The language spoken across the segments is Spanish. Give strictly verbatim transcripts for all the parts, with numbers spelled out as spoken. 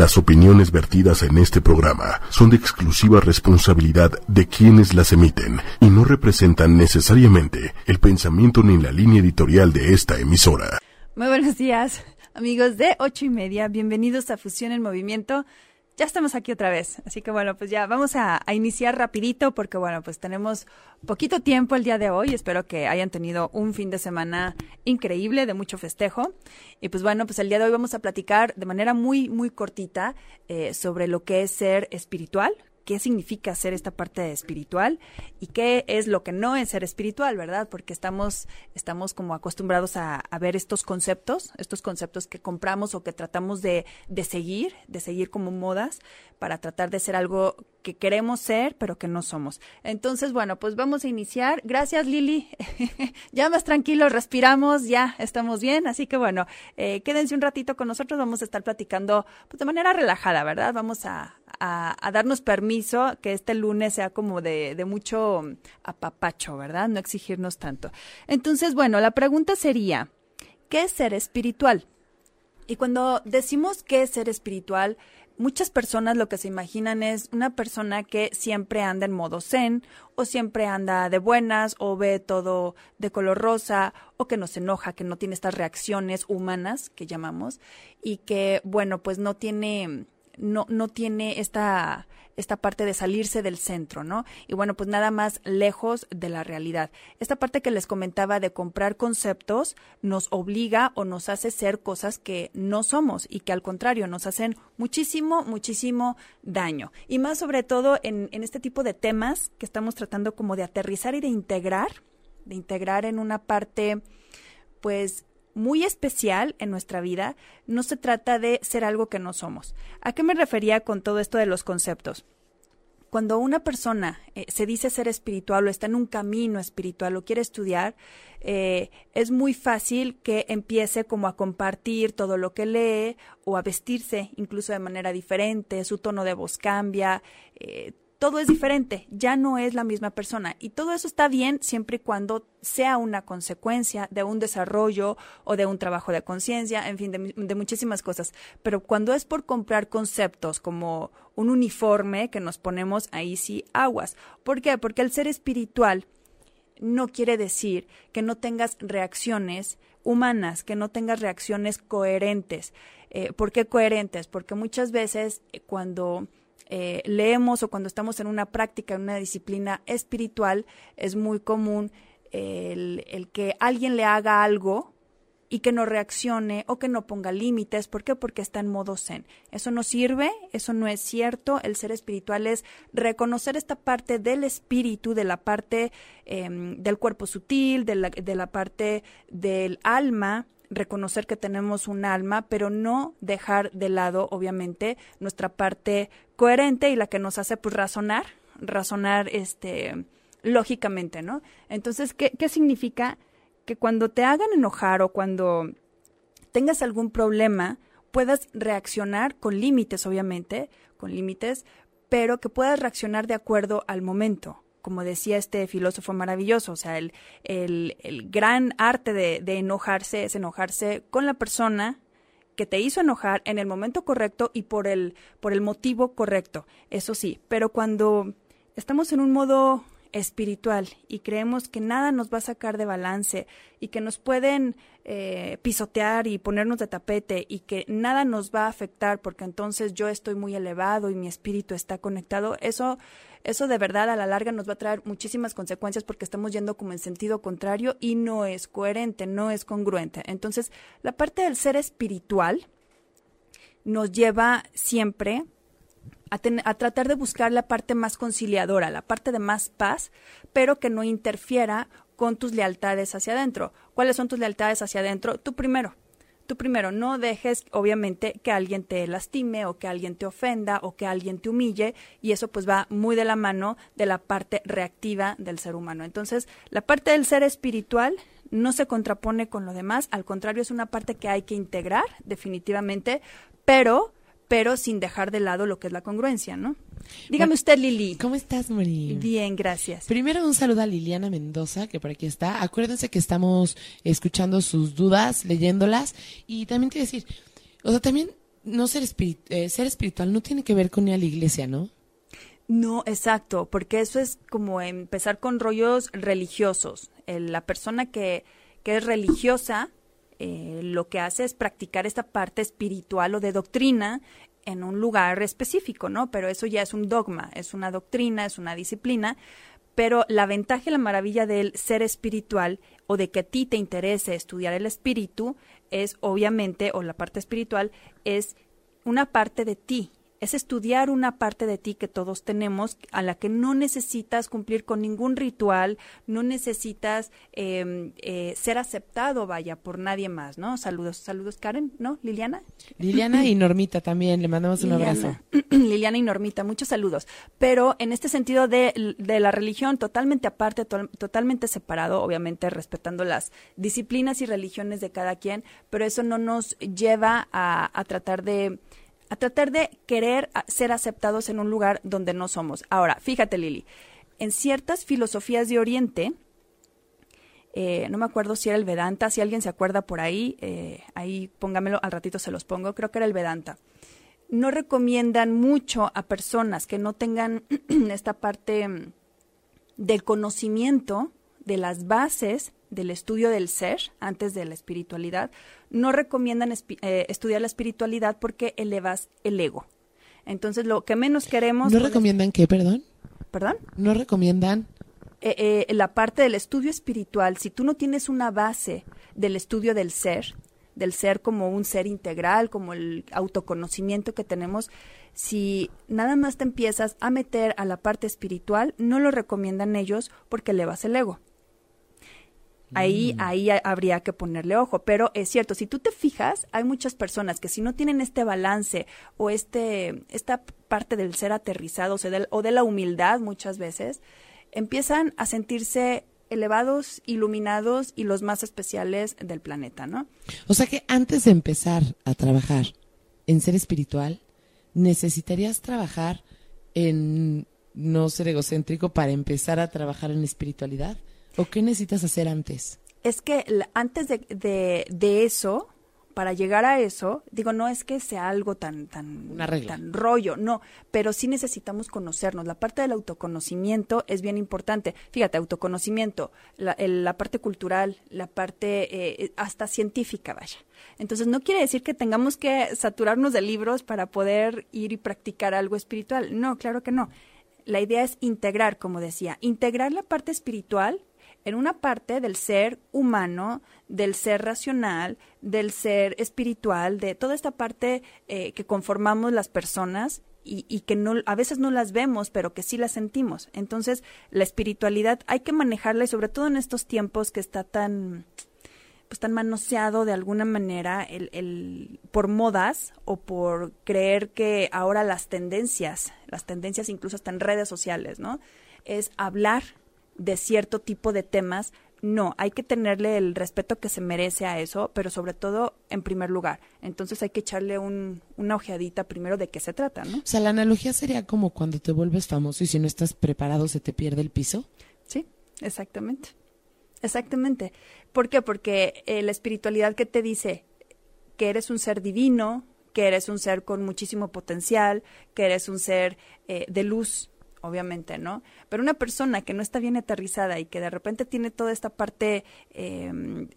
Las opiniones vertidas en este programa son de exclusiva responsabilidad de quienes las emiten y no representan necesariamente el pensamiento ni la línea editorial de esta emisora. Muy buenos días, amigos de ocho y media. Bienvenidos a Fusión en Movimiento. Ya estamos aquí otra vez, así que bueno, pues ya vamos a, a iniciar rapidito porque bueno, pues tenemos poquito tiempo el día de hoy. Espero que hayan tenido un fin de semana increíble, de mucho festejo. Y pues bueno, pues el día de hoy vamos a platicar de manera muy, muy cortita eh, sobre lo que es ser espiritual. ¿Qué significa ser esta parte espiritual? ¿Y qué es lo que no es ser espiritual, verdad? Porque estamos, estamos como acostumbrados a, a ver estos conceptos, estos conceptos que compramos o que tratamos de, de seguir, de seguir como modas para tratar de ser algo que queremos ser, pero que no somos. Entonces, bueno, pues vamos a iniciar. Gracias, Lili. Ya más tranquilos, respiramos, ya estamos bien. Así que bueno, eh, quédense un ratito con nosotros. Vamos a estar platicando pues, de manera relajada, ¿verdad? Vamos a A, a darnos permiso que este lunes sea como de, de mucho apapacho, ¿verdad? No exigirnos tanto. Entonces, bueno, la pregunta sería, ¿qué es ser espiritual? Y cuando decimos qué es ser espiritual, muchas personas lo que se imaginan es una persona que siempre anda en modo zen, o siempre anda de buenas, o ve todo de color rosa, o que no se enoja, que no tiene estas reacciones humanas que llamamos, y que, bueno, pues no tiene... no no tiene esta esta parte de salirse del centro, ¿no? Y bueno, pues nada más lejos de la realidad. Esta parte que les comentaba de comprar conceptos nos obliga o nos hace ser cosas que no somos y que al contrario nos hacen muchísimo, muchísimo daño. Y más sobre todo en, en este tipo de temas que estamos tratando como de aterrizar y de integrar, de integrar en una parte, pues, muy especial en nuestra vida. No se trata de ser algo que no somos. ¿A qué me refería con todo esto de los conceptos? Cuando una persona eh, se dice ser espiritual o está en un camino espiritual o quiere estudiar, eh, es muy fácil que empiece como a compartir todo lo que lee o a vestirse incluso de manera diferente, su tono de voz cambia, eh, todo es diferente, ya no es la misma persona y todo eso está bien siempre y cuando sea una consecuencia de un desarrollo o de un trabajo de conciencia, en fin, de, de muchísimas cosas. Pero cuando es por comprar conceptos como un uniforme que nos ponemos, ahí sí aguas. ¿Por qué? Porque el ser espiritual no quiere decir que no tengas reacciones humanas, que no tengas reacciones coherentes. Eh, ¿Por qué coherentes? Porque muchas veces eh, cuando... Eh, leemos o cuando estamos en una práctica, en una disciplina espiritual, es muy común el, el que alguien le haga algo y que no reaccione o que no ponga límites. ¿Por qué? Porque está en modo zen. Eso no sirve, eso no es cierto. El ser espiritual es reconocer esta parte del espíritu, de la parte eh, del cuerpo sutil, de la, de la parte del alma, reconocer que tenemos un alma, pero no dejar de lado, obviamente, nuestra parte coherente y la que nos hace, pues, razonar, razonar, este, lógicamente, ¿no? Entonces, ¿qué, qué significa? Que cuando te hagan enojar o cuando tengas algún problema, puedas reaccionar con límites, obviamente, con límites, pero que puedas reaccionar de acuerdo al momento. Como decía este filósofo maravilloso, o sea, el, el, el gran arte de, de enojarse es enojarse con la persona que te hizo enojar en el momento correcto y por el, por el motivo correcto, eso sí. Pero cuando estamos en un modo espiritual y creemos que nada nos va a sacar de balance y que nos pueden eh, pisotear y ponernos de tapete y que nada nos va a afectar porque entonces yo estoy muy elevado y mi espíritu está conectado, eso... Eso de verdad a la larga nos va a traer muchísimas consecuencias porque estamos yendo como en sentido contrario y no es coherente, no es congruente. Entonces, la parte del ser espiritual nos lleva siempre a, ten, a tratar de buscar la parte más conciliadora, la parte de más paz, pero que no interfiera con tus lealtades hacia adentro. ¿Cuáles son tus lealtades hacia adentro? Tú primero. Tú primero no dejes, obviamente, que alguien te lastime o que alguien te ofenda o que alguien te humille y eso pues va muy de la mano de la parte reactiva del ser humano. Entonces, la parte del ser espiritual no se contrapone con lo demás, al contrario, es una parte que hay que integrar definitivamente, pero, pero sin dejar de lado lo que es la congruencia, ¿no? Dígame bueno, usted, Lili. ¿Cómo estás, Mori? Bien, gracias. Primero un saludo a Liliana Mendoza, que por aquí está. Acuérdense que estamos escuchando sus dudas, leyéndolas. Y también te voy a decir, o sea, también no ser, espirit eh, ser espiritual no tiene que ver con ir a la iglesia, ¿no? No, exacto, porque eso es como empezar con rollos religiosos. Eh, la persona que, que es religiosa eh, lo que hace es practicar esta parte espiritual o de doctrina en un lugar específico, ¿no? Pero eso ya es un dogma, es una doctrina, es una disciplina. Pero la ventaja y la maravilla del ser espiritual o de que a ti te interese estudiar el espíritu es obviamente, o la parte espiritual, es una parte de ti. Es estudiar una parte de ti que todos tenemos, a la que no necesitas cumplir con ningún ritual, no necesitas eh, eh, ser aceptado, vaya, por nadie más, ¿no? Saludos, saludos, Karen, ¿no? Liliana. Liliana y Normita también, le mandamos un Liliana. abrazo. Liliana y Normita, muchos saludos. Pero en este sentido de, de la religión, totalmente aparte, to totalmente separado, obviamente respetando las disciplinas y religiones de cada quien, pero eso no nos lleva a, a tratar de... a tratar de querer ser aceptados en un lugar donde no somos. Ahora, fíjate, Lili, en ciertas filosofías de Oriente, eh, no me acuerdo si era el Vedanta, si alguien se acuerda por ahí, eh, ahí póngamelo, al ratito se los pongo, creo que era el Vedanta. No recomiendan mucho a personas que no tengan esta parte del conocimiento de las bases del estudio del ser antes de la espiritualidad. No recomiendan eh, estudiar la espiritualidad porque elevas el ego. Entonces, lo que menos queremos... ¿No recomiendan qué, perdón? ¿Perdón? ¿No recomiendan? Eh, eh, la parte del estudio espiritual, si tú no tienes una base del estudio del ser, del ser como un ser integral, como el autoconocimiento que tenemos, si nada más te empiezas a meter a la parte espiritual, no lo recomiendan ellos porque elevas el ego. Ahí, ahí habría que ponerle ojo, pero es cierto, si tú te fijas, hay muchas personas que si no tienen este balance o este esta parte del ser aterrizado o, sea, del, o de la humildad muchas veces, empiezan a sentirse elevados, iluminados y los más especiales del planeta, ¿no? O sea que antes de empezar a trabajar en ser espiritual, necesitarías trabajar en no ser egocéntrico para empezar a trabajar en espiritualidad. ¿O qué necesitas hacer antes? Es que antes de, de, de eso, para llegar a eso, digo, no es que sea algo tan, tan, Una regla. tan rollo, no, pero sí necesitamos conocernos. La parte del autoconocimiento es bien importante. Fíjate, autoconocimiento, la, el, la parte cultural, la parte eh, hasta científica, vaya. Entonces, no quiere decir que tengamos que saturarnos de libros para poder ir y practicar algo espiritual. No, claro que no. La idea es integrar, como decía, integrar la parte espiritual en una parte del ser humano, del ser racional, del ser espiritual, de toda esta parte eh, que conformamos las personas y, y que no, a veces no las vemos, pero que sí las sentimos. Entonces, la espiritualidad hay que manejarla y sobre todo en estos tiempos que está tan, pues, tan manoseado de alguna manera el, el, por modas o por creer que ahora las tendencias, las tendencias incluso hasta en redes sociales, ¿no? Es hablar de cierto tipo de temas. No, hay que tenerle el respeto que se merece a eso, pero sobre todo en primer lugar. Entonces hay que echarle un, una ojeadita primero de qué se trata, ¿no? O sea, la analogía sería como cuando te vuelves famoso y si no estás preparado se te pierde el piso. Sí, exactamente. Exactamente. ¿Por qué? Porque eh, la espiritualidad que te dice que eres un ser divino, que eres un ser con muchísimo potencial, que eres un ser eh, de luz, obviamente, ¿no? Pero una persona que no está bien aterrizada y que de repente tiene toda esta parte eh,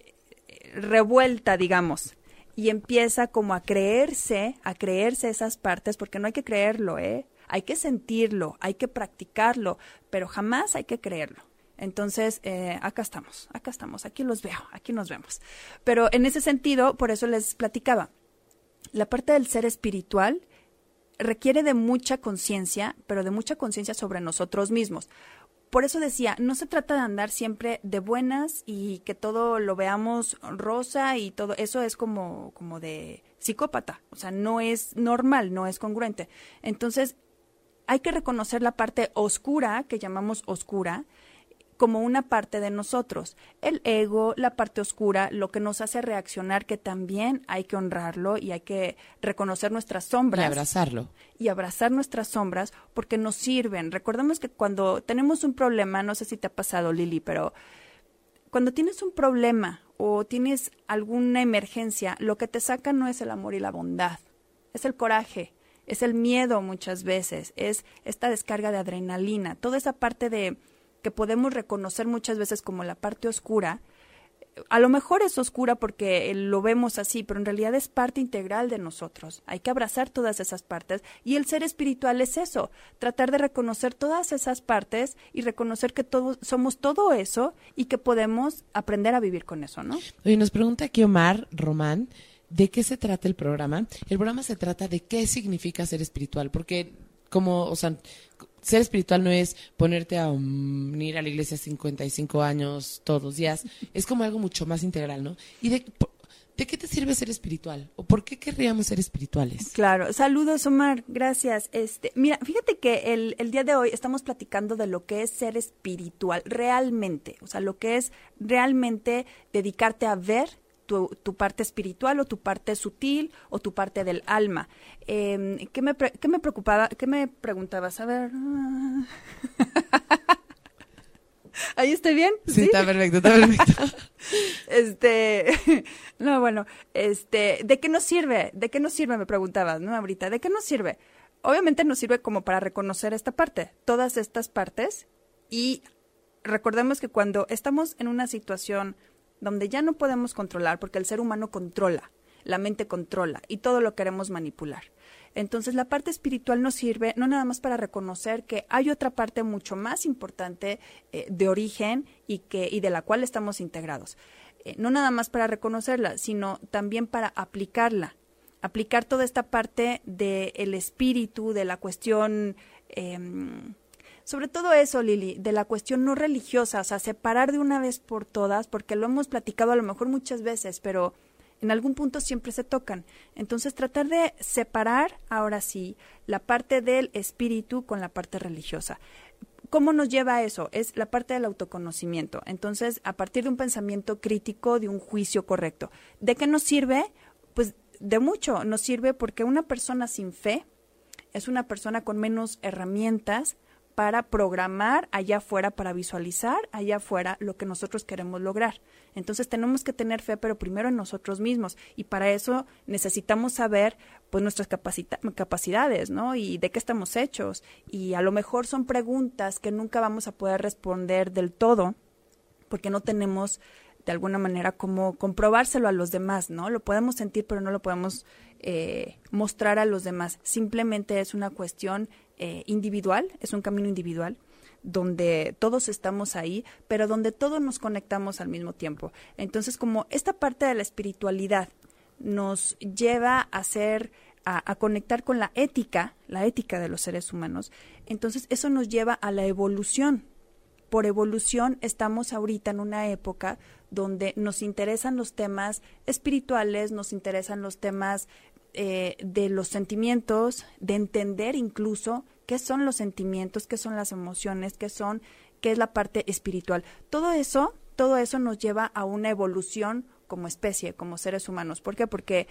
revuelta, digamos, y empieza como a creerse, a creerse esas partes, porque no hay que creerlo, ¿eh? Hay que sentirlo, hay que practicarlo, pero jamás hay que creerlo. Entonces, eh, acá estamos, acá estamos, aquí los veo, aquí nos vemos. Pero en ese sentido, por eso les platicaba, la parte del ser espiritual requiere de mucha conciencia, pero de mucha conciencia sobre nosotros mismos. Por eso decía, no se trata de andar siempre de buenas y que todo lo veamos rosa y todo, eso es como, como de psicópata, o sea, no es normal, no es congruente. Entonces, hay que reconocer la parte oscura, que llamamos oscura, como una parte de nosotros. El ego, la parte oscura, lo que nos hace reaccionar, que también hay que honrarlo y hay que reconocer nuestras sombras. Y abrazarlo. Y abrazar nuestras sombras porque nos sirven. Recordemos que cuando tenemos un problema, no sé si te ha pasado, Lili, pero cuando tienes un problema o tienes alguna emergencia, lo que te saca no es el amor y la bondad. es el coraje, es el miedo muchas veces, es esta descarga de adrenalina, toda esa parte de que podemos reconocer muchas veces como la parte oscura. A lo mejor es oscura porque lo vemos así, pero en realidad es parte integral de nosotros. Hay que abrazar todas esas partes y el ser espiritual es eso, tratar de reconocer todas esas partes y reconocer que todos somos todo eso y que podemos aprender a vivir con eso, ¿no? Oye, nos pregunta aquí Omar Román, ¿de qué se trata el programa? El programa se trata de qué significa ser espiritual, porque como, o sea, ser espiritual no es ponerte a um, ir a la iglesia cincuenta y cinco años todos los días, es como algo mucho más integral, ¿no? ¿Y de, de qué te sirve ser espiritual? ¿O por qué querríamos ser espirituales? Claro, saludos Omar, gracias. Este, mira, fíjate que el, el día de hoy estamos platicando de lo que es ser espiritual realmente, o sea, lo que es realmente dedicarte a ver Tu, tu parte espiritual o tu parte sutil o tu parte del alma. Eh, ¿qué, me pre- ¿Qué me preocupaba? ¿Qué me preguntabas? A ver. ¿Ahí estoy bien? Sí, ¿sí? Está perfecto, está perfecto. Este, no, bueno, este, ¿de qué nos sirve? ¿De qué nos sirve? Me preguntabas, ¿no? Ahorita, ¿de qué nos sirve? Obviamente nos sirve como para reconocer esta parte, todas estas partes, y recordemos que cuando estamos en una situación donde ya no podemos controlar, porque el ser humano controla, la mente controla y todo lo queremos manipular. Entonces la parte espiritual nos sirve no nada más para reconocer que hay otra parte mucho más importante eh, de origen y, que, y de la cual estamos integrados. Eh, no nada más para reconocerla, sino también para aplicarla, aplicar toda esta parte del espíritu, de la cuestión... Eh, Sobre todo eso, Lili, de la cuestión no religiosa, o sea, separar de una vez por todas, porque lo hemos platicado a lo mejor muchas veces, pero en algún punto siempre se tocan. Entonces, tratar de separar, ahora sí, la parte del espíritu con la parte religiosa. ¿Cómo nos lleva a eso? Es la parte del autoconocimiento. Entonces, a partir de un pensamiento crítico, de un juicio correcto. ¿De qué nos sirve? Pues de mucho. Nos sirve porque una persona sin fe es una persona con menos herramientas para programar allá afuera, para visualizar allá afuera lo que nosotros queremos lograr. Entonces tenemos que tener fe, pero primero en nosotros mismos, y para eso necesitamos saber pues nuestras capacita- capacidades, ¿no? Y de qué estamos hechos, y a lo mejor son preguntas que nunca vamos a poder responder del todo, porque no tenemos de alguna manera como comprobárselo a los demás, ¿no? Lo podemos sentir, pero no lo podemos eh, mostrar a los demás. Simplemente es una cuestión eh, individual, es un camino individual, donde todos estamos ahí, pero donde todos nos conectamos al mismo tiempo. Entonces, como esta parte de la espiritualidad nos lleva a ser, a, a conectar con la ética, la ética de los seres humanos, entonces eso nos lleva a la evolución. Por evolución estamos ahorita en una época donde nos interesan los temas espirituales, nos interesan los temas eh, de los sentimientos, de entender incluso qué son los sentimientos, qué son las emociones, qué son, qué es la parte espiritual. Todo eso, todo eso nos lleva a una evolución como especie, como seres humanos. ¿Por qué? Porque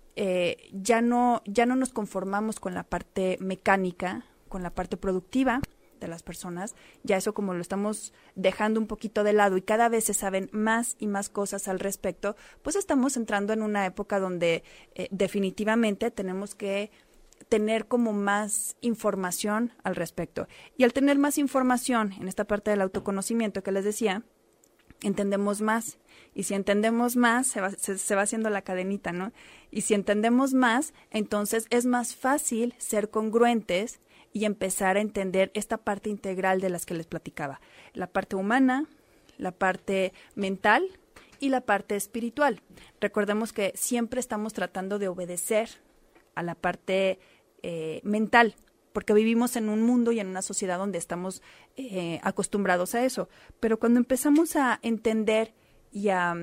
eh, ya no, ya no nos conformamos con la parte mecánica, con la parte productiva de las personas, ya eso como lo estamos dejando un poquito de lado y cada vez se saben más y más cosas al respecto, pues estamos entrando en una época donde eh, definitivamente tenemos que tener como más información al respecto. Y al tener más información en esta parte del autoconocimiento que les decía, entendemos más. Y si entendemos más, se va, se, se va haciendo la cadenita, ¿no? Y si entendemos más, entonces es más fácil ser congruentes y empezar a entender esta parte integral de las que les platicaba. La parte humana, la parte mental y la parte espiritual. Recordemos que siempre estamos tratando de obedecer a la parte eh, mental, porque vivimos en un mundo y en una sociedad donde estamos eh, acostumbrados a eso. Pero cuando empezamos a entender y a,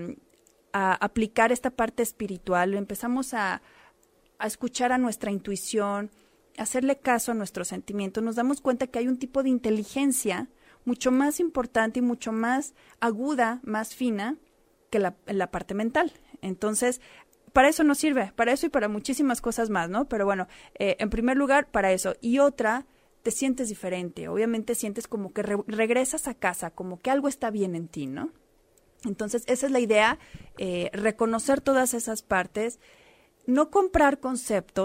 a aplicar esta parte espiritual, empezamos a, a escuchar a nuestra intuición, hacerle caso a nuestros sentimientos, nos damos cuenta que hay un tipo de inteligencia mucho más importante y mucho más aguda, más fina que la, la parte mental. Entonces, para eso nos sirve, para eso y para muchísimas cosas más, ¿no? Pero bueno, eh, en primer lugar, para eso. Y otra, te sientes diferente. Obviamente sientes como que re regresas a casa, como que algo está bien en ti, ¿no? Entonces, esa es la idea, eh, reconocer todas esas partes, no comprar conceptos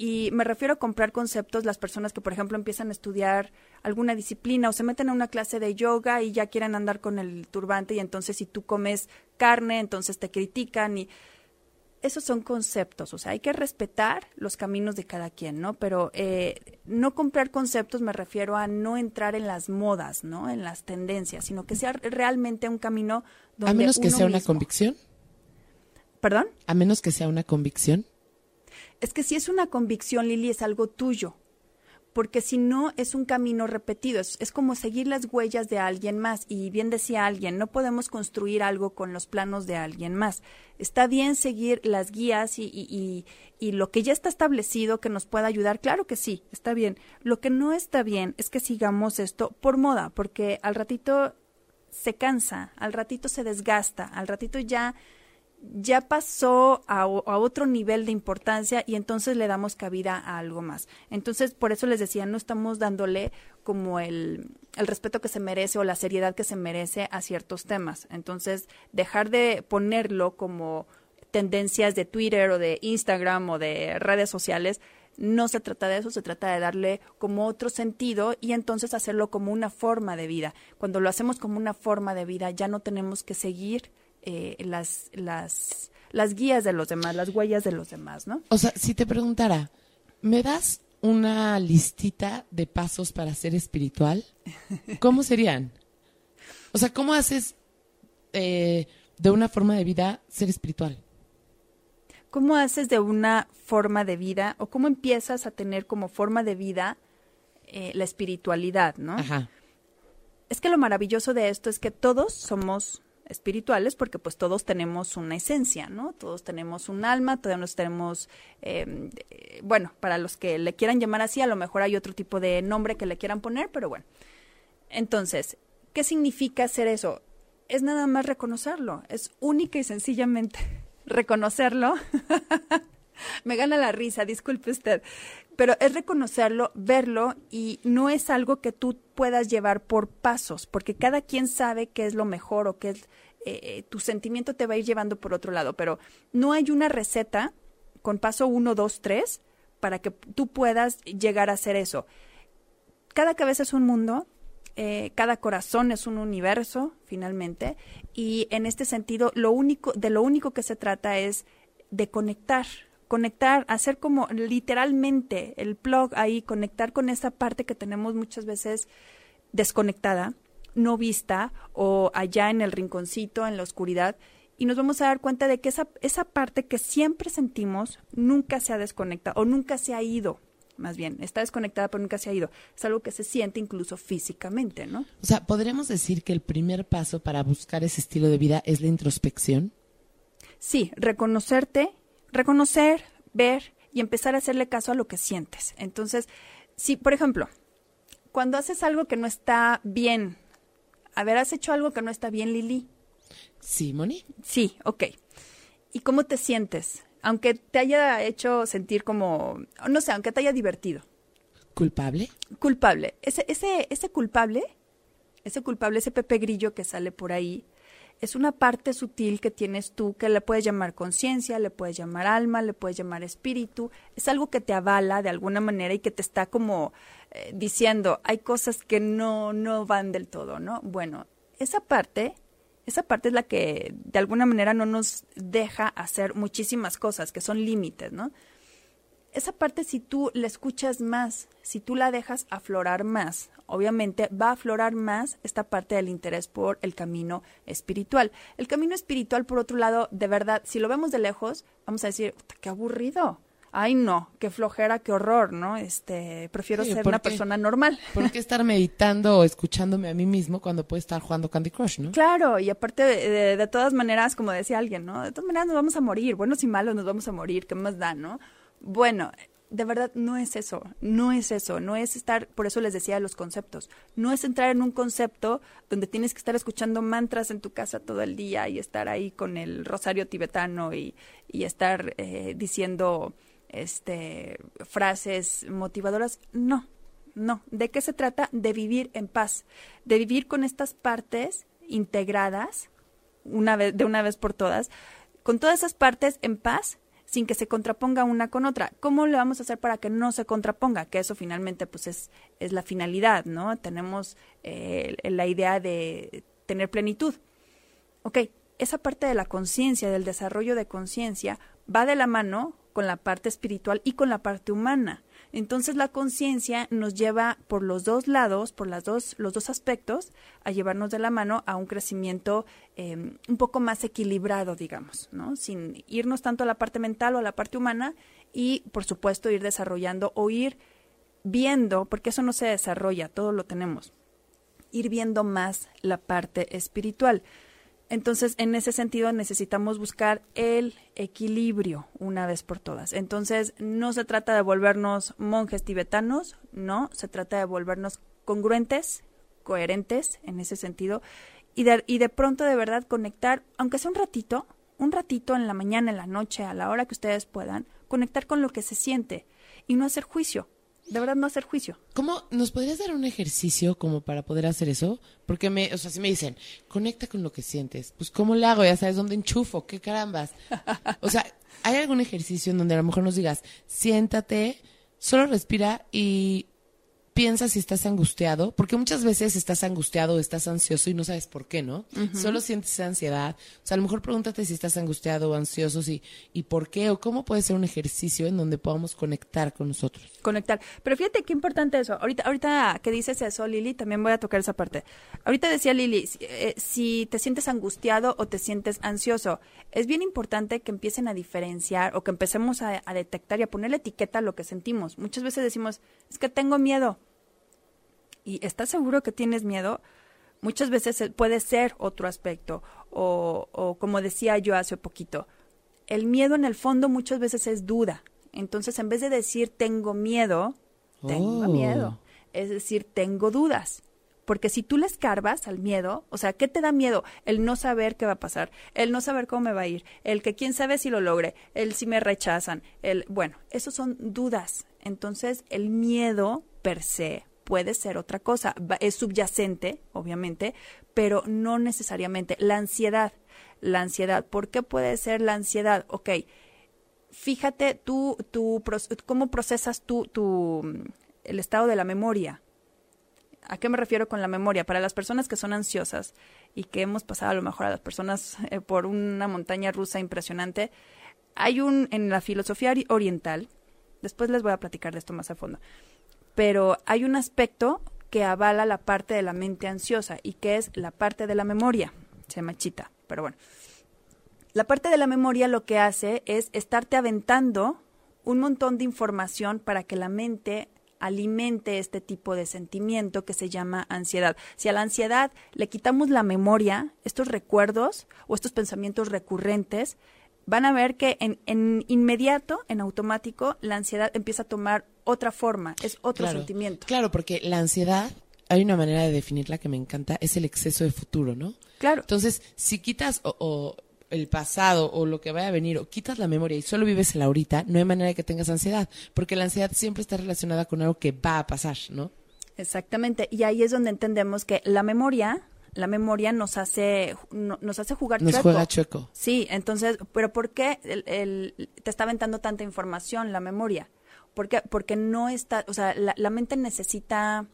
Y me refiero a comprar conceptos, las personas que, por ejemplo, empiezan a estudiar alguna disciplina o se meten a una clase de yoga y ya quieren andar con el turbante y entonces si tú comes carne, entonces te critican y esos son conceptos. O sea, hay que respetar los caminos de cada quien, ¿no? Pero eh, no comprar conceptos me refiero a no entrar en las modas, ¿no? En las tendencias, sino que sea realmente un camino donde A menos que uno sea una mismo... convicción. ¿Perdón? A menos que sea una convicción. Es que si es una convicción, Lili, es algo tuyo, porque si no es un camino repetido, es, es como seguir las huellas de alguien más. Y bien decía alguien, no podemos construir algo con los planos de alguien más. Está bien seguir las guías y, y, y, y lo que ya está establecido que nos pueda ayudar, claro que sí, está bien. Lo que no está bien es que sigamos esto por moda, porque al ratito se cansa, al ratito se desgasta, al ratito ya... ya pasó a, a otro nivel de importancia y entonces le damos cabida a algo más. Entonces, por eso les decía, no estamos dándole como el, el respeto que se merece o la seriedad que se merece a ciertos temas. Entonces, dejar de ponerlo como tendencias de Twitter o de Instagram o de redes sociales, no se trata de eso, se trata de darle como otro sentido y entonces hacerlo como una forma de vida. Cuando lo hacemos como una forma de vida, ya no tenemos que seguir Eh, las, las, las guías de los demás, las huellas de los demás, ¿no? O sea, si te preguntara, ¿me das una listita de pasos para ser espiritual? ¿Cómo serían? O sea, ¿cómo haces eh, de una forma de vida ser espiritual? ¿Cómo haces de una forma de vida o cómo empiezas a tener como forma de vida eh, la espiritualidad, ¿no? Ajá. Es que lo maravilloso de esto es que todos somos espirituales porque pues todos tenemos una esencia, ¿no? Todos tenemos un alma, todos tenemos, eh, eh, bueno, para los que le quieran llamar así, a lo mejor hay otro tipo de nombre que le quieran poner, pero bueno. Entonces, ¿qué significa hacer eso? Es nada más reconocerlo, es única y sencillamente reconocerlo. Me gana la risa, disculpe usted, pero es reconocerlo, verlo y no es algo que tú puedas llevar por pasos, porque cada quien sabe qué es lo mejor o qué es, eh, tu sentimiento te va a ir llevando por otro lado, pero no hay una receta con paso uno, dos, tres para que tú puedas llegar a hacer eso. Cada cabeza es un mundo, eh, cada corazón es un universo, finalmente, y en este sentido, lo único, de lo único que se trata es de conectar, conectar, hacer como literalmente el plug ahí, conectar con esa parte que tenemos muchas veces desconectada, no vista o allá en el rinconcito, en la oscuridad, y nos vamos a dar cuenta de que esa, esa parte que siempre sentimos nunca se ha desconectado o nunca se ha ido, más bien, está desconectada pero nunca se ha ido. Es algo que se siente incluso físicamente, ¿no? O sea, ¿podríamos decir que el primer paso para buscar ese estilo de vida es la introspección? Sí, reconocerte, reconocer, ver y empezar a hacerle caso a lo que sientes. Entonces, si, por ejemplo, cuando haces algo que no está bien, a ver, ¿has hecho algo que no está bien, Lili? Sí, Moni. Sí, ok. ¿Y cómo te sientes? Aunque te haya hecho sentir como, no sé, aunque te haya divertido. ¿Culpable? Culpable. Ese, ese, ese culpable, ese culpable, ese Pepe Grillo que sale por ahí, es una parte sutil que tienes tú que le puedes llamar conciencia, le puedes llamar alma, le puedes llamar espíritu. Es algo que te avala de alguna manera y que te está como eh, diciendo, hay cosas que no, no van del todo, ¿no? Bueno, esa parte, esa parte es la que de alguna manera no nos deja hacer muchísimas cosas, que son límites, ¿no? Esa parte, si tú la escuchas más, si tú la dejas aflorar más, obviamente va a aflorar más esta parte del interés por el camino espiritual. El camino espiritual, por otro lado, de verdad, si lo vemos de lejos, vamos a decir, qué aburrido. Ay, no, qué flojera, qué horror, ¿no? Este, prefiero Sí, ser ¿por una qué? persona normal. ¿Por qué estar meditando o escuchándome a mí mismo cuando puedo estar jugando Candy Crush, no? Claro, y aparte, de, de, de todas maneras, como decía alguien, ¿no? De todas maneras nos vamos a morir, buenos y malos nos vamos a morir, ¿qué más da, no? Bueno, de verdad no es eso, no es eso, no es estar, por eso les decía los conceptos, no es entrar en un concepto donde tienes que estar escuchando mantras en tu casa todo el día y estar ahí con el rosario tibetano y, y estar eh, diciendo este frases motivadoras, no, no. ¿De qué se trata? De vivir en paz, de vivir con estas partes integradas una vez, de una vez por todas, con todas esas partes en paz, sin que se contraponga una con otra. ¿Cómo le vamos a hacer para que no se contraponga? Que eso finalmente pues es, es la finalidad, ¿no? Tenemos eh, la idea de tener plenitud. Ok, esa parte de la conciencia, del desarrollo de conciencia, va de la mano con la parte espiritual y con la parte humana. Entonces la conciencia nos lleva por los dos lados, por las dos, los dos aspectos, a llevarnos de la mano a un crecimiento eh, un poco más equilibrado, digamos, ¿no? Sin irnos tanto a la parte mental o a la parte humana y, por supuesto, ir desarrollando o ir viendo, porque eso no se desarrolla, todo lo tenemos, ir viendo más la parte espiritual. Entonces, en ese sentido, necesitamos buscar el equilibrio una vez por todas. Entonces, no se trata de volvernos monjes tibetanos, no, se trata de volvernos congruentes, coherentes en ese sentido, y de, y de pronto de verdad conectar, aunque sea un ratito, un ratito en la mañana, en la noche, a la hora que ustedes puedan, conectar con lo que se siente y no hacer juicio. De verdad, no hacer juicio. ¿Cómo nos podrías dar un ejercicio como para poder hacer eso? Porque me, o sea, si me dicen, conecta con lo que sientes, pues ¿cómo lo hago? Ya sabes dónde enchufo, qué carambas. O sea, ¿hay algún ejercicio en donde a lo mejor nos digas, siéntate, solo respira y piensa si estás angustiado? Porque muchas veces estás angustiado o estás ansioso y no sabes por qué, ¿no? Uh-huh. Solo sientes ansiedad. O sea, a lo mejor pregúntate si estás angustiado o ansioso si, y por qué, o cómo puede ser un ejercicio en donde podamos conectar con nosotros. Conectar. Pero fíjate qué importante eso. Ahorita, ahorita que dices eso, Lili, también voy a tocar esa parte. Ahorita decía Lili, si, eh, si te sientes angustiado o te sientes ansioso, es bien importante que empiecen a diferenciar o que empecemos a, a detectar y a ponerle etiqueta a lo que sentimos. Muchas veces decimos, es que tengo miedo. ¿Y estás seguro que tienes miedo? Muchas veces puede ser otro aspecto. O, o como decía yo hace poquito, el miedo en el fondo muchas veces es duda. Entonces, en vez de decir tengo miedo, tengo Oh. miedo. Es decir, tengo dudas. Porque si tú le escarbas al miedo, o sea, ¿qué te da miedo? El no saber qué va a pasar, el no saber cómo me va a ir, el que quién sabe si lo logre, el si me rechazan, el bueno, esos son dudas. Entonces, el miedo per se puede ser otra cosa, es subyacente, obviamente, pero no necesariamente. La ansiedad, la ansiedad, ¿por qué puede ser la ansiedad? Ok, fíjate tú, tú cómo procesas tú, tú el estado de la memoria. ¿A qué me refiero con la memoria? Para las personas que son ansiosas y que hemos pasado a lo mejor a las personas eh, por una montaña rusa impresionante, hay un, en la filosofía oriental, después les voy a platicar de esto más a fondo, pero hay un aspecto que avala la parte de la mente ansiosa y que es la parte de la memoria. Se llama chita, pero bueno. La parte de la memoria lo que hace es estarte aventando un montón de información para que la mente alimente este tipo de sentimiento que se llama ansiedad. Si a la ansiedad le quitamos la memoria, estos recuerdos o estos pensamientos recurrentes, van a ver que en, en inmediato, en automático, la ansiedad empieza a tomar otra forma, es otro Claro, sentimiento. Claro, porque la ansiedad, hay una manera de definirla que me encanta, es el exceso de futuro, ¿no? Claro. Entonces, si quitas o, o el pasado o lo que vaya a venir, o quitas la memoria y solo vives el ahorita, no hay manera de que tengas ansiedad, porque la ansiedad siempre está relacionada con algo que va a pasar, ¿no? Exactamente, y ahí es donde entendemos que la memoria... La memoria nos hace no, nos hace jugar Nos chueco. juega chueco. Sí, entonces, ¿pero por qué el, el, te está aventando tanta información la memoria? ¿Por qué? Porque no está, o sea, la, la mente necesita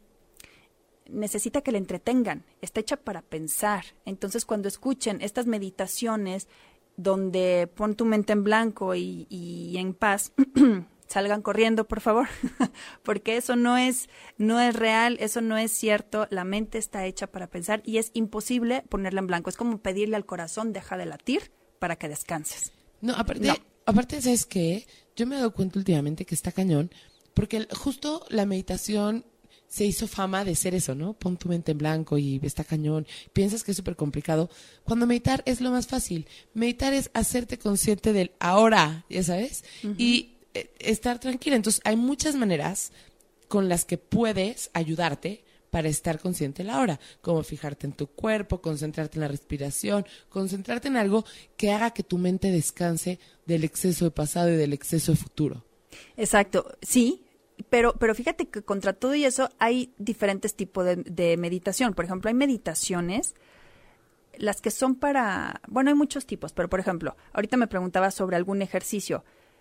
necesita que le entretengan, está hecha para pensar. Entonces, cuando escuchen estas meditaciones donde pon tu mente en blanco y, y en paz, salgan corriendo, por favor, porque eso no es, no es real, eso no es cierto. La mente está hecha para pensar y es imposible ponerla en blanco. Es como pedirle al corazón, deja de latir para que descanses. No, aparte, No. aparte, ¿sabes qué? Yo me he dado cuenta últimamente que está cañón, porque el- justo la meditación se hizo fama de ser eso, ¿no? Pon tu mente en blanco y está cañón. Piensas que es súper complicado. Cuando meditar es lo más fácil. Meditar es hacerte consciente del ahora, ¿ya sabes? Uh-huh. Y eh, estar tranquila. Entonces, hay muchas maneras con las que puedes ayudarte para estar consciente de la hora, como fijarte en tu cuerpo, concentrarte en la respiración, concentrarte en algo que haga que tu mente descanse del exceso de pasado y del exceso de futuro. Exacto, sí, pero, pero fíjate que contra todo y eso hay diferentes tipos de, de meditación. Por ejemplo, hay meditaciones, las que son para, bueno, hay muchos tipos, pero por ejemplo, ahorita me preguntabas sobre algún ejercicio.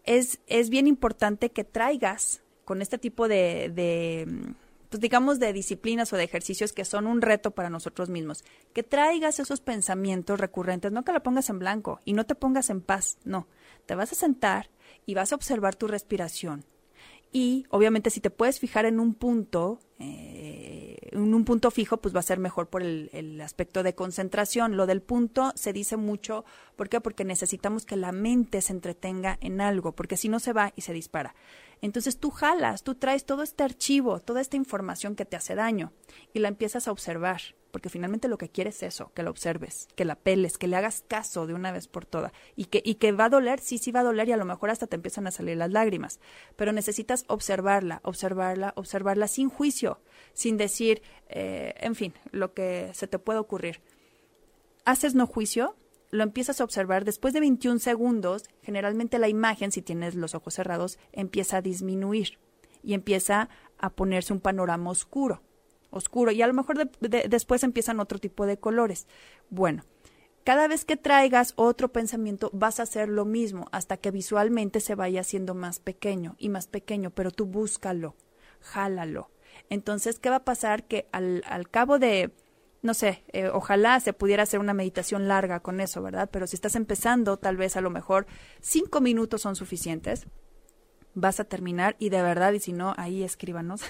es, es bien importante que traigas con este tipo de, de, pues digamos, de disciplinas o de ejercicios que son un reto para nosotros mismos, que traigas esos pensamientos recurrentes, no que lo pongas en blanco y no te pongas en paz, no, te vas a sentar y vas a observar tu respiración. Y obviamente si te puedes fijar en un punto, eh, en un punto fijo, pues va a ser mejor por el, el aspecto de concentración. Lo del punto se dice mucho, ¿por qué? Porque necesitamos que la mente se entretenga en algo, porque si no se va y se dispara. Entonces tú jalas, tú traes todo este archivo, toda esta información que te hace daño y la empiezas a observar, porque finalmente lo que quieres es eso, que la observes, que la peles, que le hagas caso de una vez por todas y que, y que va a doler, sí, sí va a doler y a lo mejor hasta te empiezan a salir las lágrimas, pero necesitas observarla, observarla, observarla sin juicio, sin decir, eh, en fin, lo que se te pueda ocurrir. Haces no juicio, lo empiezas a observar, después de veintiún segundos, generalmente la imagen, si tienes los ojos cerrados, empieza a disminuir y empieza a ponerse un panorama oscuro, oscuro, y a lo mejor de, de, después empiezan otro tipo de colores. Bueno, cada vez que traigas otro pensamiento vas a hacer lo mismo hasta que visualmente se vaya haciendo más pequeño y más pequeño, pero tú búscalo, jálalo. Entonces, ¿qué va a pasar? Que al, al cabo de... No sé, eh, ojalá se pudiera hacer una meditación larga con eso, ¿verdad? Pero si estás empezando, tal vez a lo mejor cinco minutos son suficientes. Vas a terminar, y de verdad, y si no, ahí escríbanos,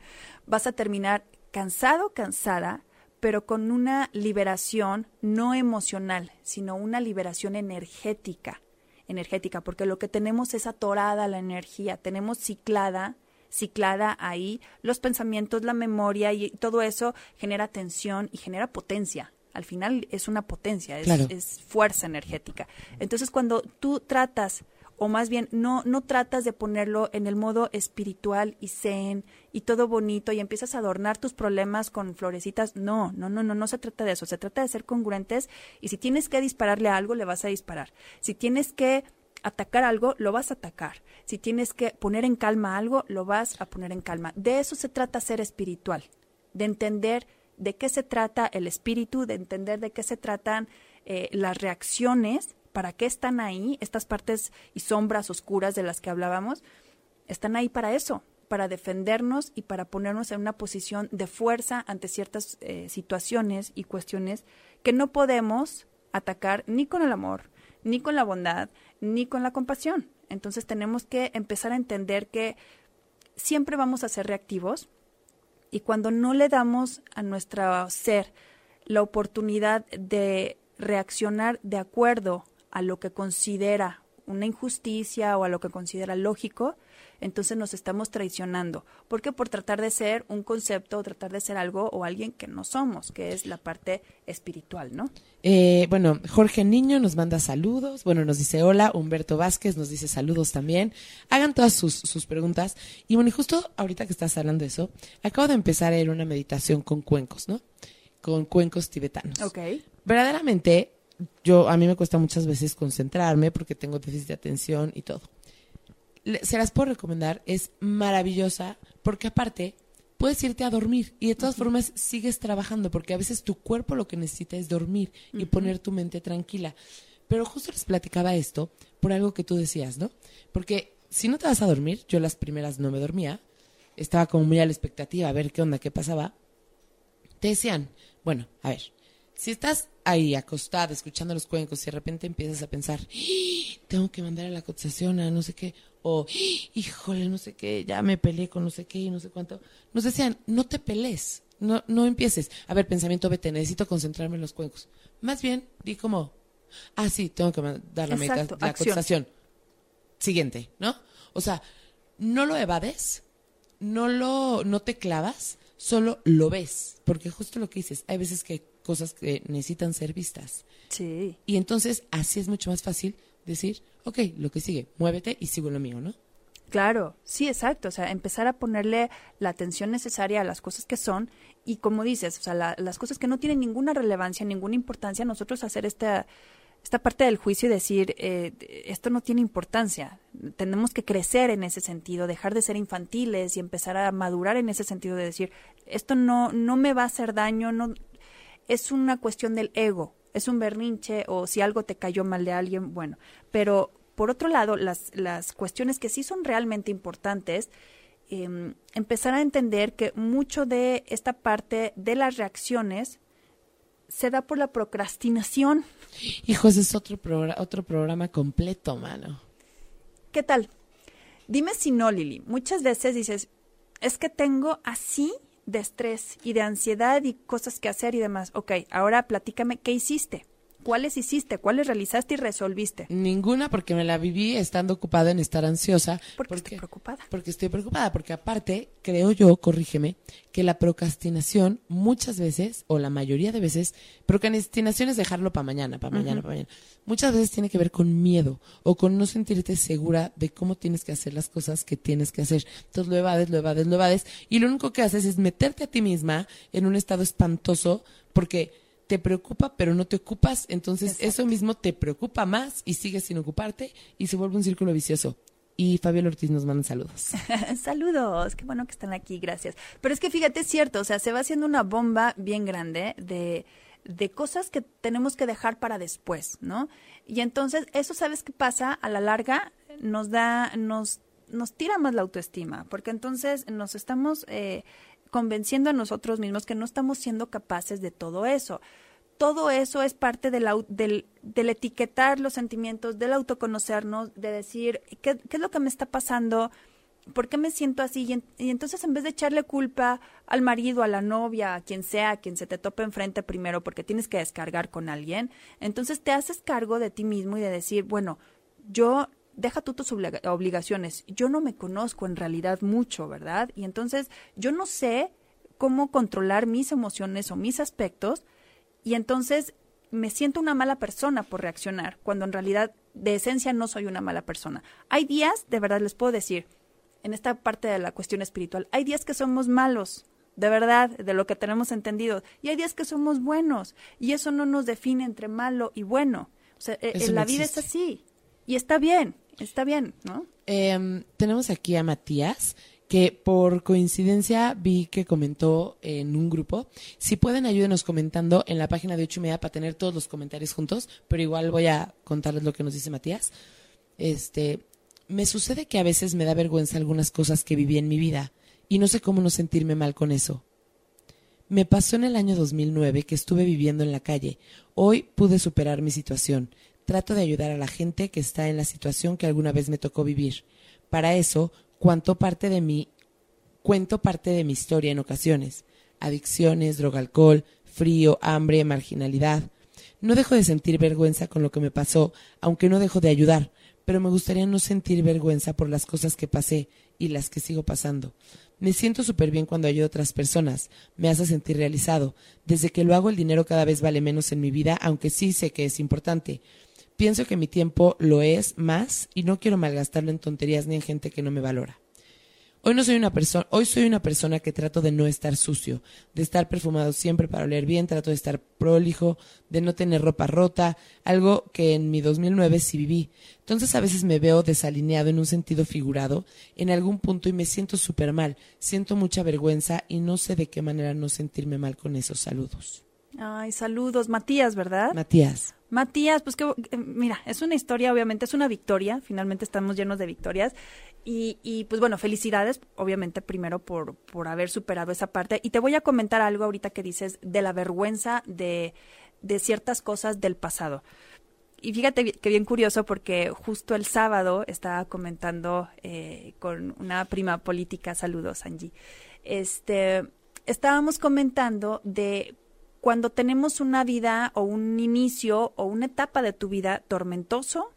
vas a terminar cansado, cansada, pero con una liberación no emocional, sino una liberación energética, energética, porque lo que tenemos es atorada la energía, tenemos ciclada, ciclada ahí, los pensamientos, la memoria y todo eso genera tensión y genera potencia. Al final es una potencia, es, claro. es fuerza energética. Entonces cuando tú tratas, o más bien no, no tratas de ponerlo en el modo espiritual y zen y todo bonito y empiezas a adornar tus problemas con florecitas, no, no, no, no, no se trata de eso, se trata de ser congruentes y si tienes que dispararle a algo, le vas a disparar. Si tienes que atacar algo, lo vas a atacar. Si tienes que poner en calma algo, lo vas a poner en calma. De eso se trata ser espiritual, de entender de qué se trata el espíritu, de entender de qué se tratan eh, las reacciones, para qué están ahí, estas partes y sombras oscuras de las que hablábamos, están ahí para eso, para defendernos y para ponernos en una posición de fuerza ante ciertas eh, situaciones y cuestiones que no podemos atacar ni con el amor, ni con la bondad, ni con la compasión. Entonces tenemos que empezar a entender que siempre vamos a ser reactivos y cuando no le damos a nuestro ser la oportunidad de reaccionar de acuerdo a lo que considera una injusticia o a lo que considera lógico, entonces nos estamos traicionando. ¿Por qué? Por tratar de ser un concepto o tratar de ser algo o alguien que no somos, que es la parte espiritual, ¿no? Eh, bueno, Jorge Niño nos manda saludos, bueno, nos dice hola, Humberto Vázquez nos dice saludos también, hagan todas sus, sus preguntas, y bueno, y justo ahorita que estás hablando de eso, acabo de empezar a ir a una meditación con cuencos, ¿no? Con cuencos tibetanos. Ok. Verdaderamente, yo, a mí me cuesta muchas veces concentrarme porque tengo déficit de atención y todo. Le, se las puedo recomendar, es maravillosa, porque aparte puedes irte a dormir y de todas uh-huh. formas sigues trabajando, porque a veces tu cuerpo lo que necesita es dormir y uh-huh. poner tu mente tranquila. Pero justo les platicaba esto por algo que tú decías, ¿no? Porque si no te vas a dormir, yo las primeras no me dormía, estaba como muy a la expectativa a ver qué onda, qué pasaba. Te decían, bueno, a ver, si estás ahí acostada escuchando los cuencos y de repente empiezas a pensar, tengo que mandar a la cotización a no sé qué, o híjole, no sé qué, ya me peleé con no sé qué y no sé cuánto, nos decían, no te pelees, no, no empieces. A ver, pensamiento, vete, necesito concentrarme en los cuencos. Más bien, di como, ah, sí, tengo que mandar la, Exacto, medita- la cotización. Siguiente, ¿no? O sea, no lo evades, no lo, no te clavas, solo lo ves, porque justo lo que dices, hay veces que hay cosas que necesitan ser vistas. Sí. Y entonces así es mucho más fácil decir, ok, lo que sigue, muévete y sigo lo mío, ¿no? Claro, sí, exacto, o sea, empezar a ponerle la atención necesaria a las cosas que son y como dices, o sea, la, las cosas que no tienen ninguna relevancia, ninguna importancia, nosotros hacer esta, esta parte del juicio y decir, eh, esto no tiene importancia, tenemos que crecer en ese sentido, dejar de ser infantiles y empezar a madurar en ese sentido de decir, esto no, no me va a hacer daño, no, es una cuestión del ego, es un berrinche o si algo te cayó mal de alguien, bueno, pero por otro lado, las, las cuestiones que sí son realmente importantes, eh, empezar a entender que mucho de esta parte de las reacciones se da por la procrastinación. Hijo, ese es otro, progr- otro programa completo, mano. ¿Qué tal? Dime si no, Lili. Muchas veces dices, es que tengo así de estrés y de ansiedad y cosas que hacer y demás. Ok, ahora platícame, ¿qué hiciste? ¿Cuáles hiciste? ¿Cuáles realizaste y resolviste? Ninguna, porque me la viví estando ocupada en estar ansiosa. ¿Por qué porque, estoy preocupada? Porque estoy preocupada, porque aparte, creo yo, corrígeme, que la procrastinación muchas veces, o la mayoría de veces, procrastinación es dejarlo para mañana, para mañana, Uh-huh. para mañana. Muchas veces tiene que ver con miedo o con no sentirte segura de cómo tienes que hacer las cosas que tienes que hacer. Entonces lo evades, lo evades, lo evades, y lo único que haces es meterte a ti misma en un estado espantoso, porque te preocupa, pero no te ocupas, entonces Exacto. Eso mismo te preocupa más y sigues sin ocuparte y se vuelve un círculo vicioso. Y Fabiola Ortiz nos manda saludos. Saludos, qué bueno que están aquí, gracias. Pero es que fíjate, es cierto, o sea, se va haciendo una bomba bien grande de, de cosas que tenemos que dejar para después, ¿no? Y entonces, eso, ¿sabes qué pasa? A la larga nos da, nos, nos tira más la autoestima, porque entonces nos estamos eh, convenciendo a nosotros mismos que no estamos siendo capaces de todo eso. Todo eso es parte del, au- del, del etiquetar los sentimientos, del autoconocernos, de decir, ¿qué, qué es lo que me está pasando? ¿Por qué me siento así? Y, en- y entonces, en vez de echarle culpa al marido, a la novia, a quien sea, a quien se te tope enfrente primero porque tienes que descargar con alguien, entonces te haces cargo de ti mismo y de decir, bueno, yo, deja tú tus obliga- obligaciones, yo no me conozco en realidad mucho, ¿verdad? Y entonces yo no sé cómo controlar mis emociones o mis aspectos, y entonces me siento una mala persona por reaccionar, cuando en realidad de esencia no soy una mala persona. Hay días, de verdad les puedo decir, en esta parte de la cuestión espiritual, hay días que somos malos, de verdad, de lo que tenemos entendido, y hay días que somos buenos, y eso no nos define entre malo y bueno. O sea, eh, Eso la no vida es existe. así, y está bien, está bien, ¿no? Eh, tenemos aquí a Matías, que por coincidencia vi que comentó en un grupo. Si pueden, ayúdenos comentando en la página de ocho y media para tener todos los comentarios juntos, pero igual voy a contarles lo que nos dice Matías. Este, me sucede que a veces me da vergüenza algunas cosas que viví en mi vida y no sé cómo no sentirme mal con eso. Me pasó en el año dos mil nueve que estuve viviendo en la calle. Hoy pude superar mi situación. Trato de ayudar a la gente que está en la situación que alguna vez me tocó vivir. Para eso, cuento parte de mi, cuento parte de mi historia en ocasiones. Adicciones, droga, alcohol, frío, hambre, marginalidad. No dejo de sentir vergüenza con lo que me pasó, aunque no dejo de ayudar, pero me gustaría no sentir vergüenza por las cosas que pasé y las que sigo pasando. Me siento súper bien cuando ayudo a otras personas, me hace sentir realizado. Desde que lo hago, el dinero cada vez vale menos en mi vida, aunque sí sé que es importante. Pienso que mi tiempo lo es más y no quiero malgastarlo en tonterías ni en gente que no me valora. Hoy no soy una persona, hoy soy una persona que trato de no estar sucio, de estar perfumado siempre para oler bien, trato de estar prolijo, de no tener ropa rota, algo que en mi dos mil nueve sí viví. Entonces a veces me veo desalineado en un sentido figurado en algún punto y me siento súper mal, siento mucha vergüenza y no sé de qué manera no sentirme mal con esos saludos. Ay, saludos, Matías, ¿verdad? Matías. Matías, pues que, eh, mira, es una historia, obviamente, es una victoria, finalmente estamos llenos de victorias, y, y pues bueno, felicidades, obviamente, primero por, por haber superado esa parte, y te voy a comentar algo ahorita que dices de la vergüenza de, de ciertas cosas del pasado. Y fíjate que bien curioso, porque justo el sábado estaba comentando eh, con una prima política, saludos, Angie, este, estábamos comentando de cuando tenemos una vida o un inicio o una etapa de tu vida tormentoso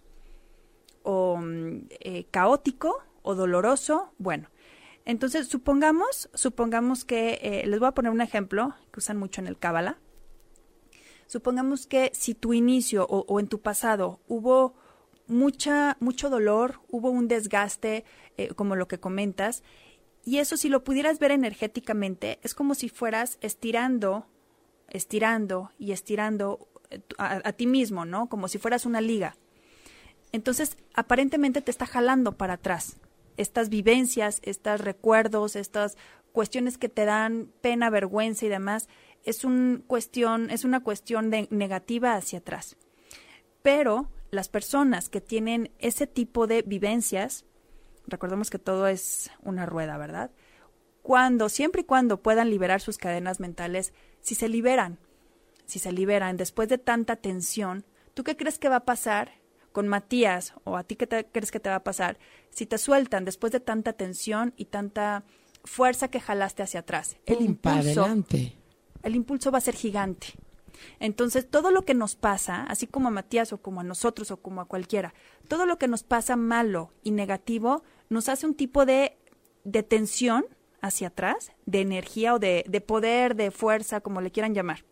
o eh, caótico o doloroso, bueno, entonces supongamos, supongamos que, eh, les voy a poner un ejemplo que usan mucho en el Cábala. Supongamos que si tu inicio o, o en tu pasado hubo mucha, mucho dolor, hubo un desgaste, eh, como lo que comentas, y eso si lo pudieras ver energéticamente, es como si fueras estirando, estirando y estirando a, a ti mismo, ¿no? Como si fueras una liga. Entonces, aparentemente te está jalando para atrás. Estas vivencias, estos recuerdos, estas cuestiones que te dan pena, vergüenza y demás, es un cuestión, es una cuestión de negativa hacia atrás. Pero las personas que tienen ese tipo de vivencias, recordemos que todo es una rueda, ¿verdad? Cuando, siempre y cuando puedan liberar sus cadenas mentales, si se liberan, si se liberan después de tanta tensión, ¿tú qué crees que va a pasar con Matías, o a ti qué te, crees que te va a pasar si te sueltan después de tanta tensión y tanta fuerza que jalaste hacia atrás? El Pum, pa' impulso, adelante. el impulso va a ser gigante. Entonces, todo lo que nos pasa, así como a Matías o como a nosotros o como a cualquiera, todo lo que nos pasa malo y negativo nos hace un tipo de, de tensión hacia atrás, de energía o de, de poder, de fuerza, como le quieran llamar.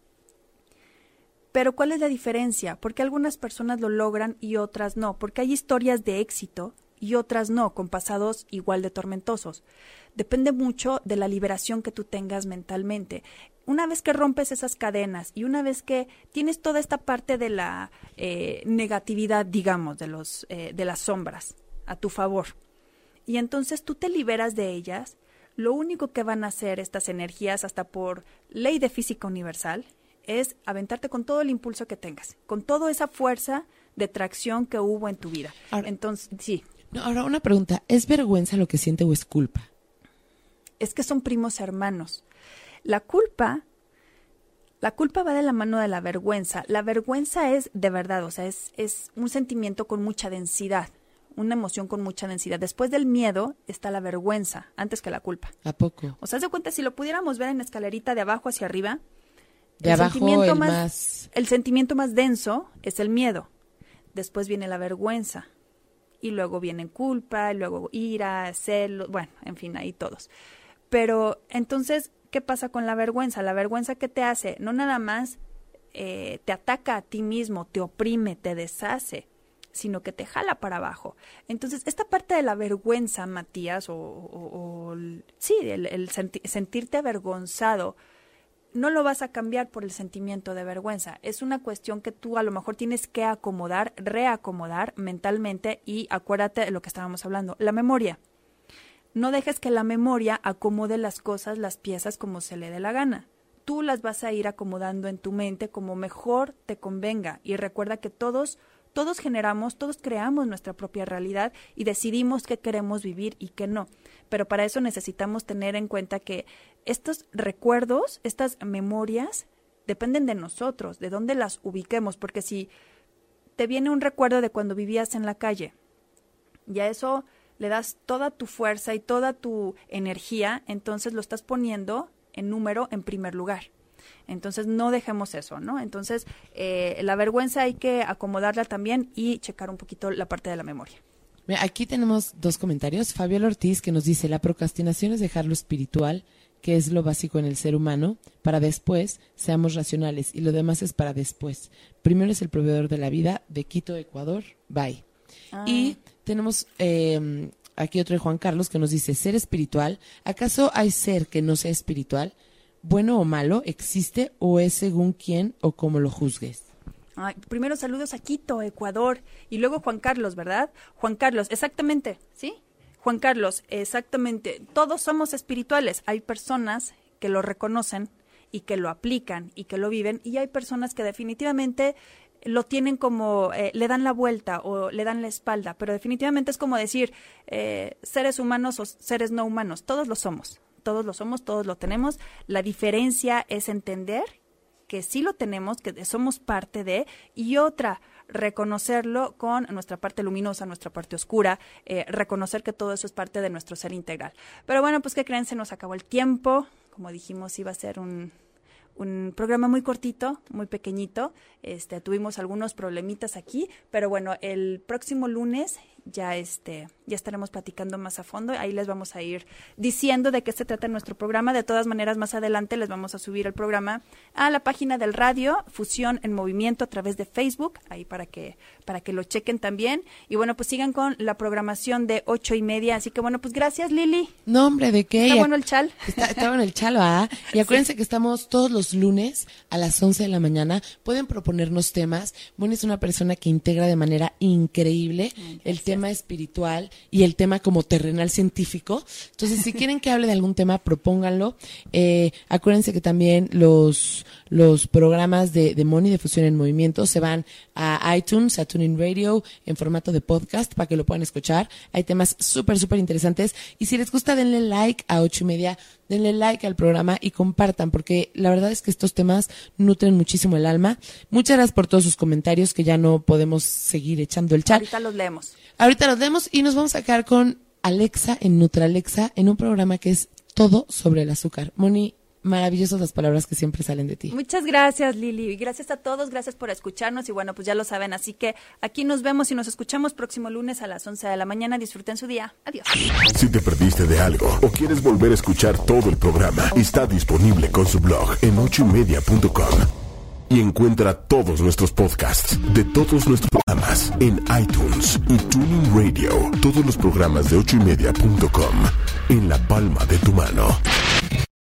Pero ¿cuál es la diferencia? Porque algunas personas lo logran y otras no, porque hay historias de éxito y otras no, con pasados igual de tormentosos. Depende mucho de la liberación que tú tengas mentalmente. Una vez que rompes esas cadenas y una vez que tienes toda esta parte de la eh, negatividad, digamos, de, los, eh, de las sombras a tu favor, y entonces tú te liberas de ellas, lo único que van a hacer estas energías, hasta por ley de física universal, es aventarte con todo el impulso que tengas, con toda esa fuerza de tracción que hubo en tu vida. Ahora, Entonces, sí. No, ahora una pregunta, ¿es vergüenza lo que siente o es culpa? Es que son primos hermanos. La culpa, la culpa va de la mano de la vergüenza. La vergüenza es de verdad, o sea, es, es un sentimiento con mucha densidad, una emoción con mucha densidad. Después del miedo está la vergüenza, antes que la culpa. ¿A poco? O sea, haz de cuenta, si lo pudiéramos ver en escalerita de abajo hacia arriba, De el abajo sentimiento el más, más... el sentimiento más denso es el miedo. Después viene la vergüenza. Y luego viene culpa, y luego ira, celos, bueno, en fin, ahí todos. Pero entonces, ¿qué pasa con la vergüenza? La vergüenza, ¿qué te hace? No nada más eh, te ataca a ti mismo, te oprime, te deshace, sino que te jala para abajo. Entonces, esta parte de la vergüenza, Matías, o, o, o sí, el, el senti- sentirte avergonzado, no lo vas a cambiar por el sentimiento de vergüenza. Es una cuestión que tú a lo mejor tienes que acomodar, reacomodar mentalmente, y acuérdate de lo que estábamos hablando, la memoria. No dejes que la memoria acomode las cosas, las piezas como se le dé la gana. Tú las vas a ir acomodando en tu mente como mejor te convenga. Y recuerda que todos, todos generamos, todos creamos nuestra propia realidad y decidimos qué queremos vivir y qué no. Pero para eso necesitamos tener en cuenta que estos recuerdos, estas memorias, dependen de nosotros, de dónde las ubiquemos. Porque si te viene un recuerdo de cuando vivías en la calle, y a eso le das toda tu fuerza y toda tu energía, entonces lo estás poniendo en número en primer lugar. Entonces no dejemos eso, ¿no? Entonces eh, la vergüenza hay que acomodarla también y checar un poquito la parte de la memoria. Mira, aquí tenemos dos comentarios. Fabiola Ortiz, que nos dice, la procrastinación es dejar lo espiritual, que es lo básico en el ser humano, para después seamos racionales, y lo demás es para después. Primero es el proveedor de la vida, de Quito, Ecuador. Bye. Ah. Y tenemos eh, aquí otro de Juan Carlos, que nos dice, ser espiritual, ¿acaso hay ser que no sea espiritual? ¿Bueno o malo? ¿Existe o es según quién o cómo lo juzgues? Ay, primero saludos a Quito, Ecuador, y luego Juan Carlos, ¿verdad? Juan Carlos, exactamente, ¿sí? Juan Carlos, exactamente. Todos somos espirituales. Hay personas que lo reconocen y que lo aplican y que lo viven, y hay personas que definitivamente lo tienen como, eh, le dan la vuelta o le dan la espalda, pero definitivamente es como decir, eh, seres humanos o seres no humanos, todos lo somos, todos lo somos, todos lo tenemos. La diferencia es entender que sí lo tenemos, que somos parte de, y otra, reconocerlo con nuestra parte luminosa, nuestra parte oscura, eh, reconocer que todo eso es parte de nuestro ser integral. Pero bueno, pues ¿qué creen? Se nos acabó el tiempo. Como dijimos, iba a ser un... un programa muy cortito, muy pequeñito. Este, tuvimos algunos problemitas aquí, pero bueno, el próximo lunes ya este ya estaremos platicando más a fondo. Ahí les vamos a ir diciendo de qué se trata nuestro programa. De todas maneras, más adelante les vamos a subir el programa a la página del radio Fusión en Movimiento a través de Facebook, ahí para que para que lo chequen también. Y bueno, pues sigan con la programación de ocho y media. Así que bueno, pues gracias, Lili. No, hombre, ¿de qué? Está Y bueno el chal. Está, está bueno el chal, ¿ah? Y acuérdense Sí. que estamos todos los lunes a las once de la mañana. Pueden proponernos temas. Moni es una persona que integra de manera increíble el tema espiritual y el tema como terrenal científico. Entonces, si quieren que hable de algún tema, propónganlo. Eh, acuérdense que también los, los programas de, de Moni de Fusión en Movimiento se van a iTunes, a TuneIn Radio, en formato de podcast para que lo puedan escuchar. Hay temas súper, súper interesantes. Y si les gusta, denle like a Ocho y Media, denle like al programa y compartan, porque la verdad es que estos temas nutren muchísimo el alma. Muchas gracias por todos sus comentarios, que ya no podemos seguir echando el chat. Ahorita los leemos. Ahorita los leemos y nos vamos a quedar con Alexa en Nutralexa, en un programa que es todo sobre el azúcar. Moni, maravillosas las palabras que siempre salen de ti. Muchas gracias, Lili. Gracias a todos, gracias por escucharnos. Y bueno, pues ya lo saben, así que aquí nos vemos y nos escuchamos próximo lunes a las once de la mañana. Disfruten su día. Adiós. Si te perdiste de algo o quieres volver a escuchar todo el programa, está disponible con su blog en ocho y media punto com. Y encuentra todos nuestros podcasts de todos nuestros programas en iTunes y TuneIn Radio. Todos los programas de ocho y media punto com en la palma de tu mano.